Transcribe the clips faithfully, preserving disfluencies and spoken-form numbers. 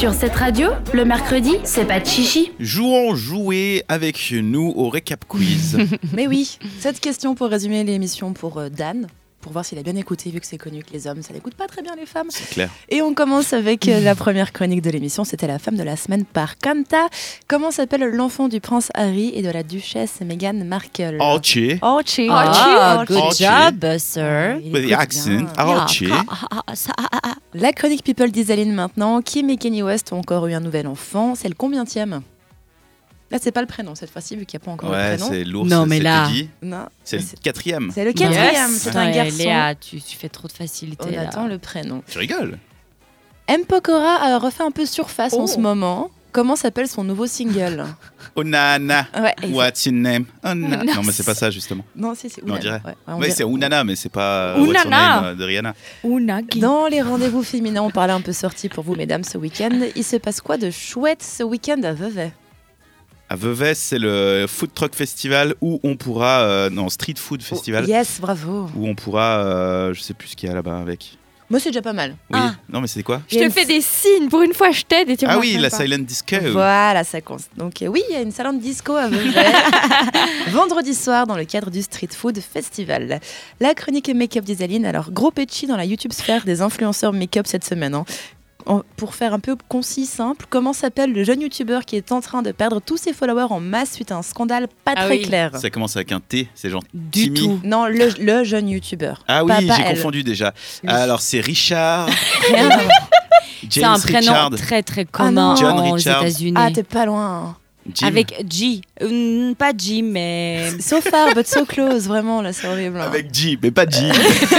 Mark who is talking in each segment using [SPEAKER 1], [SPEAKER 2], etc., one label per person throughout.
[SPEAKER 1] Sur cette radio, le mercredi, c'est pas de chichi.
[SPEAKER 2] Jouons jouer avec nous au récap quiz.
[SPEAKER 3] Mais oui, cette question pour résumer l'émission pour euh, Dan, pour voir s'il a bien écouté, vu que c'est connu que les hommes, ça n'écoute pas très bien les femmes.
[SPEAKER 2] C'est clair.
[SPEAKER 3] Et on commence avec euh, la première chronique de l'émission, c'était la femme de la semaine par Kanta. Comment s'appelle l'enfant du prince Harry et de la duchesse Meghan Markle?
[SPEAKER 2] Archie.
[SPEAKER 3] Archie.
[SPEAKER 4] Ah, good
[SPEAKER 2] Archie.
[SPEAKER 4] job, sir.
[SPEAKER 3] Il
[SPEAKER 2] With the
[SPEAKER 3] écoute
[SPEAKER 2] accent.
[SPEAKER 3] bien.
[SPEAKER 2] Archie.
[SPEAKER 3] La chronique People d'Isaline maintenant. Kim et Kanye West ont encore eu un nouvel enfant. C'est le combientième? Là, c'est pas le prénom cette fois-ci, vu qu'il n'y a pas encore
[SPEAKER 2] Ouais,
[SPEAKER 3] le prénom.
[SPEAKER 2] c'est lourd.
[SPEAKER 4] Non,
[SPEAKER 2] ça,
[SPEAKER 4] mais
[SPEAKER 2] c'est
[SPEAKER 4] là-
[SPEAKER 2] dit.
[SPEAKER 3] Non,
[SPEAKER 2] C'est le
[SPEAKER 3] c'est
[SPEAKER 2] quatrième.
[SPEAKER 3] c'est le quatrième,
[SPEAKER 4] Yes.
[SPEAKER 3] c'est un
[SPEAKER 4] Ouais,
[SPEAKER 3] garçon.
[SPEAKER 4] Léa, tu, tu fais trop de facilité.
[SPEAKER 3] On
[SPEAKER 4] là.
[SPEAKER 3] attend le prénom.
[SPEAKER 2] Tu rigoles.
[SPEAKER 3] M. Pokora a refait un peu surface en
[SPEAKER 4] Oh.
[SPEAKER 3] ce moment. Comment s'appelle son nouveau single?
[SPEAKER 2] Onana.
[SPEAKER 3] Ouais, et
[SPEAKER 2] What's your name? Onana.
[SPEAKER 4] Non,
[SPEAKER 2] Non, mais c'est pas ça, justement.
[SPEAKER 3] Non, si, c'est
[SPEAKER 2] Non, on
[SPEAKER 3] Ounana.
[SPEAKER 2] dirait.
[SPEAKER 3] Ouais, ouais, on
[SPEAKER 2] Ouais,
[SPEAKER 3] dirait.
[SPEAKER 2] c'est Ounana, mais c'est pas What's your
[SPEAKER 4] Ounana.
[SPEAKER 2] name de Rihanna.
[SPEAKER 4] Unagi.
[SPEAKER 3] Dans les rendez-vous féminins, on parlait un peu sortie pour vous, mesdames, ce week-end. Il se passe quoi de chouette ce week-end à Vevey?
[SPEAKER 2] À Vevey, c'est le Food Truck Festival où on pourra. euh, non, Street Food Festival.
[SPEAKER 3] Oh, yes, bravo.
[SPEAKER 2] Où on pourra. euh, je sais plus ce qu'il y a là-bas avec.
[SPEAKER 3] Moi, c'est déjà pas mal.
[SPEAKER 2] Oui.
[SPEAKER 4] Ah.
[SPEAKER 2] Non, mais c'est quoi?
[SPEAKER 4] Je te fais des signes. Pour une fois, je t'aide et tu
[SPEAKER 2] Ah
[SPEAKER 4] me
[SPEAKER 2] oui,
[SPEAKER 4] marches
[SPEAKER 2] la
[SPEAKER 4] même pas.
[SPEAKER 2] Silent Disco.
[SPEAKER 3] Voilà, ça compte. Donc euh, oui, il y a une salon de disco à Vevey. Vendredi soir, dans le cadre du Street Food Festival. La chronique make-up d'Isaline. Alors, gros petchi dans la YouTube sphère des influenceurs make-up cette semaine. hein. En- pour faire un peu concis, simple, comment s'appelle le jeune youtubeur qui est en train de perdre tous ses followers en masse suite à un scandale pas
[SPEAKER 4] Ah
[SPEAKER 3] très
[SPEAKER 4] oui.
[SPEAKER 3] clair?
[SPEAKER 2] Ça commence avec un T, c'est genre
[SPEAKER 4] Du
[SPEAKER 2] Timmy.
[SPEAKER 4] tout.
[SPEAKER 3] Non, le, le jeune youtubeur.
[SPEAKER 2] Ah oui,
[SPEAKER 3] Pas- pas
[SPEAKER 2] j'ai
[SPEAKER 3] elle.
[SPEAKER 2] confondu déjà.
[SPEAKER 3] Lui.
[SPEAKER 2] Alors c'est Richard,
[SPEAKER 3] Rien à voir.
[SPEAKER 4] C'est
[SPEAKER 2] James
[SPEAKER 4] un prénom
[SPEAKER 2] Richard,
[SPEAKER 4] très très
[SPEAKER 3] non.
[SPEAKER 4] commun
[SPEAKER 2] John
[SPEAKER 4] aux
[SPEAKER 2] Richards.
[SPEAKER 4] États-Unis.
[SPEAKER 3] Ah, t'es pas loin.
[SPEAKER 2] Jim.
[SPEAKER 4] Avec G. Euh, pas G, mais.
[SPEAKER 3] So far, but so close, vraiment, là, c'est horrible. hein.
[SPEAKER 2] Avec G, mais pas G.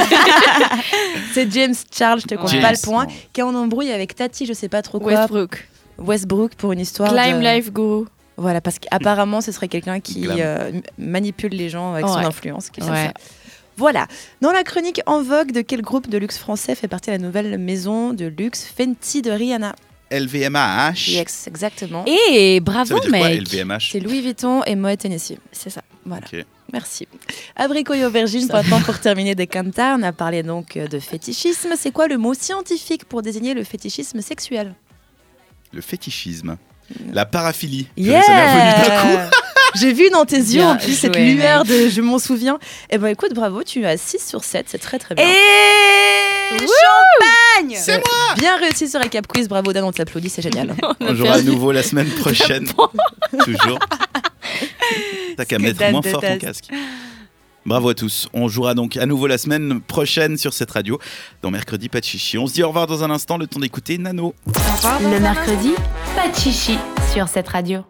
[SPEAKER 3] C'est James Charles, je te compte
[SPEAKER 4] James.
[SPEAKER 3] pas le point, qui est en embrouille avec Tati, je sais pas trop quoi.
[SPEAKER 4] Westbrook.
[SPEAKER 3] Westbrook pour une histoire
[SPEAKER 4] Climb
[SPEAKER 3] de...
[SPEAKER 4] Life Guru.
[SPEAKER 3] Voilà, parce qu'apparemment, ce serait quelqu'un qui
[SPEAKER 2] Glam.
[SPEAKER 3] euh, m- manipule les gens avec son
[SPEAKER 4] Ouais.
[SPEAKER 3] influence. quelque chose
[SPEAKER 4] Ouais.
[SPEAKER 3] comme ça. Voilà. Dans la chronique en vogue, de quel groupe de luxe français fait partie la nouvelle maison de luxe Fenty de Rihanna?
[SPEAKER 2] L V M H.
[SPEAKER 3] Yes, exactement.
[SPEAKER 4] Et
[SPEAKER 2] Ça
[SPEAKER 4] bravo,
[SPEAKER 2] veut dire quoi,
[SPEAKER 4] mec.
[SPEAKER 2] L V M H?
[SPEAKER 3] C'est Louis Vuitton et Moet Hennessy.
[SPEAKER 4] C'est ça.
[SPEAKER 3] Voilà.
[SPEAKER 2] Ok.
[SPEAKER 3] Merci. Abricot et aubergine, maintenant pour terminer des Kanta, on a parlé donc de fétichisme. C'est quoi le mot scientifique pour désigner le fétichisme sexuel?
[SPEAKER 2] Le fétichisme. La paraphilie.
[SPEAKER 3] Yeah.
[SPEAKER 2] Ça m'est revenu d'un coup.
[SPEAKER 3] J'ai vu dans tes yeux
[SPEAKER 4] Bien
[SPEAKER 3] en plus cette
[SPEAKER 4] joué,
[SPEAKER 3] lueur de je m'en souviens. Eh ben écoute, bravo, tu as six sur sept, c'est très très bien.
[SPEAKER 4] Et champagne.
[SPEAKER 2] C'est moi.
[SPEAKER 3] Bien réussi sur Recap Quiz, bravo Dan, on t'applaudit, c'est génial.
[SPEAKER 2] On jouera à nouveau la semaine prochaine. Toujours. T'as qu'à
[SPEAKER 3] que
[SPEAKER 2] mettre
[SPEAKER 3] Dan
[SPEAKER 2] moins fort ton
[SPEAKER 3] déteste.
[SPEAKER 2] casque. Bravo à tous. On jouera donc à nouveau la semaine prochaine sur cette radio. Dans Mercredi, pas de chichi. On se dit au revoir dans un instant, le temps d'écouter Nano.
[SPEAKER 1] Le mercredi, pas de chichi sur cette radio.